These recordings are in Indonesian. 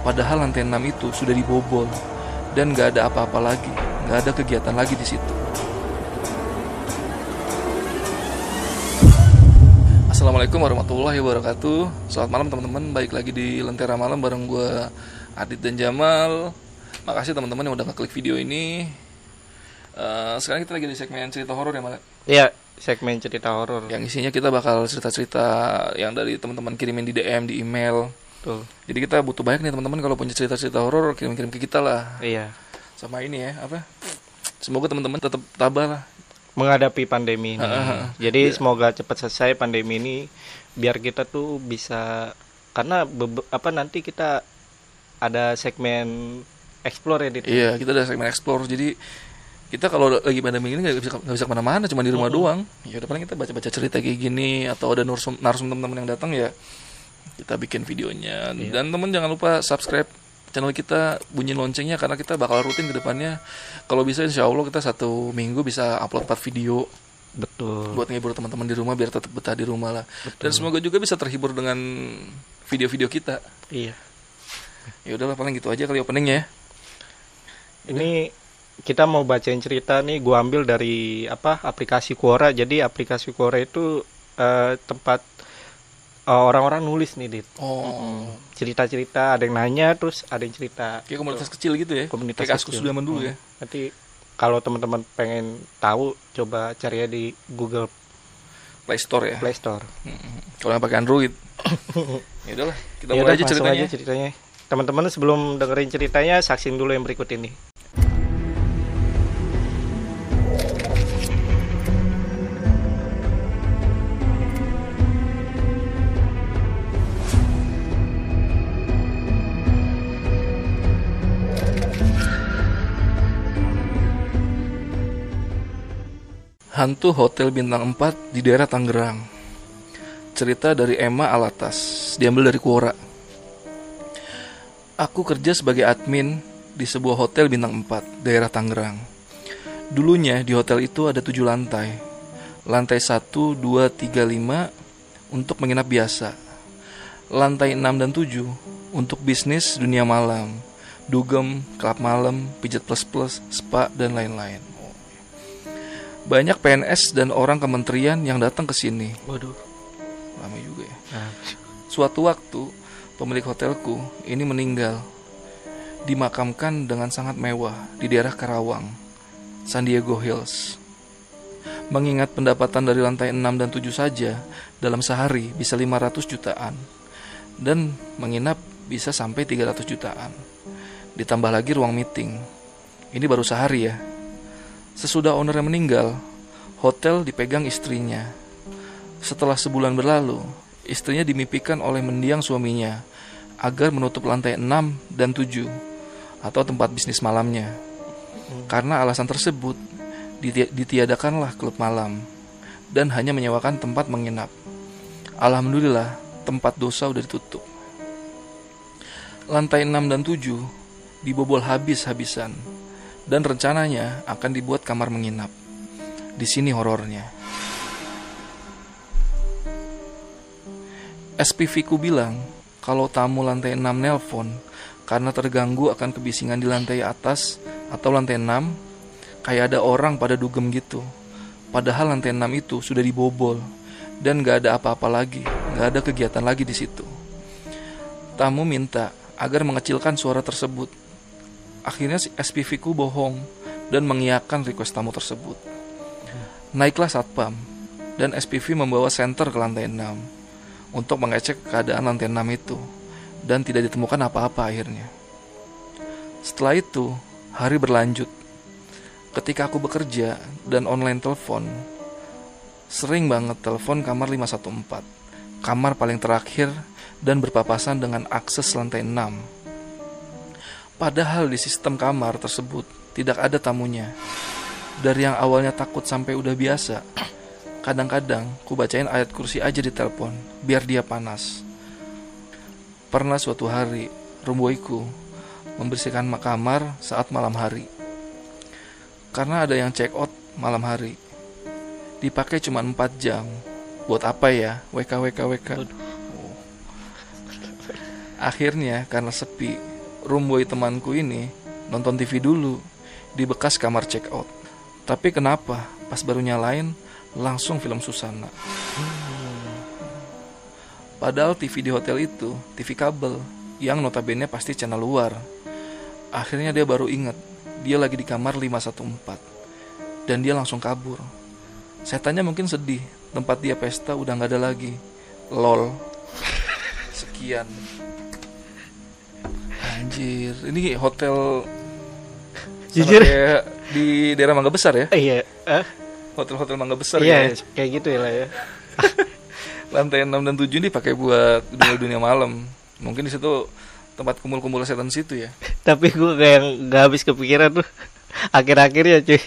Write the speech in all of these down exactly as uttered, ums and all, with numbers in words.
Padahal lantai enam itu sudah dibobol dan gak ada apa-apa lagi, gak ada kegiatan lagi di situ. Assalamualaikum warahmatullahi wabarakatuh. Selamat malam teman-teman, balik lagi di Lentera Malam bareng gue Adit dan Jamal. Makasih teman-teman yang udah ngeklik video ini. uh, Sekarang kita lagi di segmen cerita horor ya Mal? Iya, segmen cerita horor. Yang isinya kita bakal cerita-cerita yang dari teman-teman kirimin di D M, di email. Betul. Jadi kita butuh banyak nih teman-teman, kalau punya cerita-cerita horor kirim-kirim ke kita lah. Iya. Sama ini ya, apa? Semoga teman-teman tetap tabah lah menghadapi pandemi ini. Ha-ha. Jadi Ya. semoga cepat selesai pandemi ini biar kita tuh bisa, karena bebe- apa nanti kita ada segmen explore ya, Dit. Iya, kita ada segmen explore. Jadi kita kalau lagi pandemi ini nggak bisa nggak bisa kemana-mana, cuma di rumah Mm-mm. doang. Ya udah paling kita baca-baca cerita kayak gini, atau ada narsum narsum teman-teman yang datang ya kita bikin videonya. Iya. Dan teman jangan lupa subscribe channel kita, bunyi loncengnya, karena kita bakal rutin ke depannya. Kalau bisa insya Allah kita satu minggu bisa upload empat video Betul. buat ngehibur teman-teman di rumah biar tetap betah di rumah lah. Betul. Dan semoga juga bisa terhibur dengan video-video kita. Iya. Ya udahlah paling gitu aja kali openingnya ya. Ini kita mau bacain cerita nih, gua ambil dari apa? Aplikasi Quora. Jadi aplikasi Quora itu eh, tempat eh, orang-orang nulis nih, Dit. Oh, Cerita-cerita, ada yang nanya, terus ada yang cerita. kayak komunitas kecil gitu ya. Komunitas Kayak Kaskus kecil. zaman dulu Hmm. ya. Nanti kalau teman-teman pengen tahu, coba cari ya di Google Play Store ya. Play Store. Mm-mm. Kalau yang pakai Android. Ya udahlah, kita Ya mulai udah, aja langsung ceritanya. aja ceritanya. Teman-teman sebelum dengerin ceritanya, saksin dulu yang berikut ini. Hantu Hotel Bintang empat di daerah Tangerang. Cerita dari Emma Alatas, diambil dari Quora. Aku kerja sebagai admin di sebuah hotel bintang empat, daerah Tangerang. Dulunya di hotel itu ada tujuh lantai. Lantai satu, dua, tiga, lima untuk menginap biasa. Lantai enam dan tujuh untuk bisnis dunia malam, dugem, klub malam, pijat plus-plus, spa, dan lain-lain. Banyak P N S dan orang kementerian yang datang ke sini. Waduh. Ramai juga ya. Nah, Suatu waktu, pemilik hotelku ini meninggal. Dimakamkan dengan sangat mewah di daerah Karawang, San Diego Hills. Mengingat pendapatan dari lantai enam dan tujuh saja dalam sehari bisa lima ratus jutaan. Dan menginap bisa sampai tiga ratus jutaan. Ditambah lagi ruang meeting. Ini baru sehari ya. Sesudah ownernya meninggal, hotel dipegang istrinya. Setelah sebulan berlalu, istrinya dimimpikan oleh mendiang suaminya agar menutup lantai enam dan tujuh atau tempat bisnis malamnya. Karena alasan tersebut, diti- ditiadakanlah klub malam dan hanya menyewakan tempat menginap. Alhamdulillah, tempat dosa udah ditutup. Lantai enam dan tujuh dibobol habis-habisan. Dan rencananya akan dibuat kamar menginap. Di sini horornya. S P V ku bilang kalau tamu lantai enam nelpon karena terganggu akan kebisingan di lantai atas atau lantai enam, kayak ada orang pada dugem gitu. Padahal lantai enam itu sudah dibobol dan gak ada apa-apa lagi, gak ada kegiatan lagi di situ. Tamu minta agar mengecilkan suara tersebut. Akhirnya si S P V ku bohong dan mengiyakan request tamu tersebut. Naiklah satpam dan S P V membawa senter ke lantai enam untuk mengecek keadaan lantai enam itu dan tidak ditemukan apa-apa akhirnya. Setelah itu, hari berlanjut. Ketika aku bekerja dan online telepon, sering banget telepon kamar lima satu empat, kamar paling terakhir dan berpapasan dengan akses lantai enam. Padahal di sistem kamar tersebut tidak ada tamunya. Dari yang awalnya takut sampai udah biasa, kadang-kadang ku bacain ayat kursi aja di telepon biar dia panas. Pernah suatu hari, rumboiku membersihkan kamar saat malam hari. Karena ada yang check out malam hari. Dipakai cuma empat jam. Buat apa ya? W K W K W K. Oh. Akhirnya karena sepi, Rumboy temanku ini nonton T V dulu di bekas kamar check out. Tapi kenapa pas baru nyalain langsung film Susana. Padahal T V di hotel itu T V kabel yang notabene pasti channel luar. Akhirnya dia baru ingat dia lagi di kamar lima satu empat dan dia langsung kabur. Setannya mungkin sedih, tempat dia pesta udah gak ada lagi. Lol. Sekian. Anjir, ini hotel Jujur kayak di daerah Mangga Besar ya? iya eh? Hotel-hotel Mangga Besar iya ya? kayak gitu ya lah ya. Lantai enam dan tujuh ini pakai buat dunia-dunia malam. Mungkin di situ tempat kumpul-kumpul setan situ ya. Tapi gue kayak nggak habis kepikiran tuh akhir-akhirnya cuy.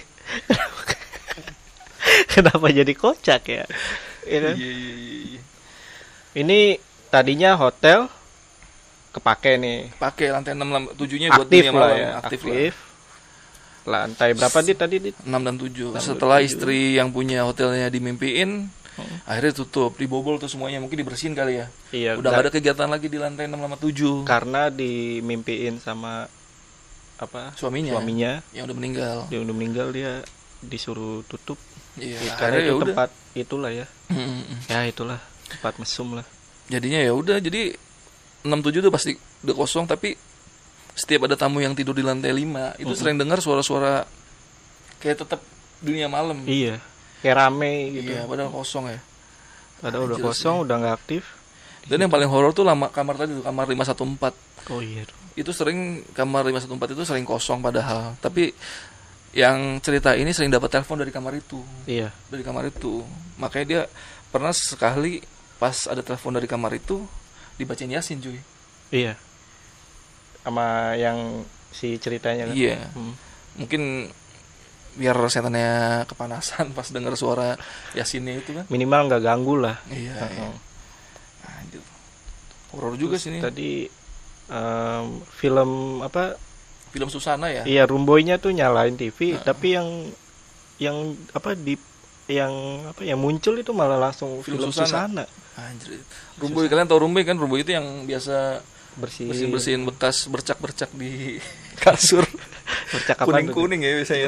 Kenapa jadi kocak ya? Iya kan? Iya, iya, iya. Ini tadinya hotel kepake nih. Pakai lantai enam tujuh-nya buat Aktif dunia lah malam ya. aktif, Aktif. Lantai berapa dit tadi dit? lah. enam dan tujuh. enam dan Setelah tujuh. istri yang punya hotelnya dimimpiin, akhirnya tutup, dibobol tuh semuanya, mungkin dibersihin kali ya. Iya. Udah gak ada kegiatan lagi di lantai enam sama tujuh. Karena dimimpiin sama apa? Suaminya, Suaminya yang udah meninggal. dia udah meninggal, dia disuruh tutup. Iya, Ya, karena akhirnya itu ya udah. tempat itulah ya. Mm-mm. Ya itulah tempat mesum lah. Jadinya ya udah, jadi enam tujuh tuh pasti udah kosong, tapi setiap ada tamu yang tidur di lantai lima itu Mm-mm. sering dengar suara-suara kayak tetap dunia malam. Iya. Kayak rame gitu. Iya, padahal kosong ya. Padahal udah Anjir kosong, sih. udah nggak aktif. Dan yang paling horor tuh lama kamar tadi tuh, kamar lima satu empat. Oh iya tuh. Itu sering kamar lima satu empat itu sering kosong padahal. Tapi yang cerita ini sering dapat telepon dari kamar itu. Iya. Dari kamar itu. Makanya dia pernah sekali pas ada telepon dari kamar itu dibacain Yasin, cuy. Iya. Sama yang si ceritanya kan. Iya. Hmm. Mungkin biar setannya kepanasan pas dengar suara Yasinnya itu kan. Minimal nggak ganggu lah. Iya. Heeh. iya. Anjir. Horor juga Terus sih ini. Tadi em, film apa? Film Susana ya. Iya, Rumboynya tuh nyalain T V, Heeh. tapi yang yang apa di yang apa yang muncul itu malah langsung Film film, Susana. Susana. Anjir. Rumboy, kalian tau Rumboy kan? Rumboy itu yang biasa Bersih. bersihin-bersihin bekas bercak-bercak di kasur. Percakapan Kuning-kuning ya biasanya.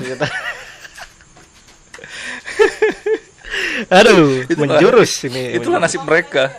Aduh, Itulah- menjurus ini. Itulah nasib mereka.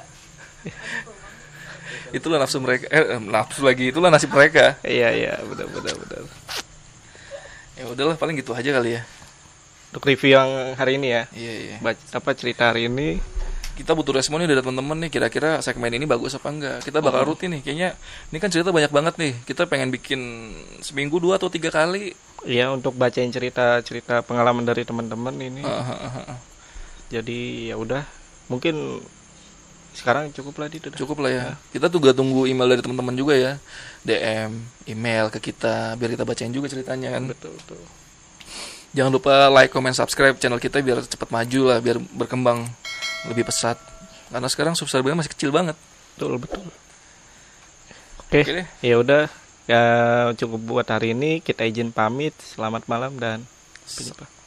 Itulah nafsu mereka. Eh, nafsu lagi. Itulah nasib mereka. Iya, iya, benar benar benar. Ya udahlah, paling gitu aja kali ya. Untuk review yang hari ini ya. Iya, iya. Baca, apa cerita hari ini? Kita butuh responnya dari teman-teman nih, kira-kira segmen ini bagus apa enggak. Kita bakal Oh. rutin nih. Kayaknya ini kan cerita banyak banget nih. Kita pengen bikin seminggu dua atau tiga kali. Iya, untuk bacain cerita-cerita pengalaman dari teman-teman ini. Ah, ah, ah, ah. Jadi ya udah, mungkin sekarang cukup lah itu. Cukup lah ya. Kita juga tunggu email dari teman-teman juga ya. D M, email ke kita biar kita bacain juga ceritanya kan. Betul, betul. Jangan lupa like, comment, subscribe channel kita biar cepat maju lah, biar berkembang lebih pesat. Karena sekarang subscriber masih kecil banget. Betul, betul. Oke, Oke deh. ya udah. Ya cukup buat hari ini. Kita izin pamit. Selamat malam dan sampai jumpa.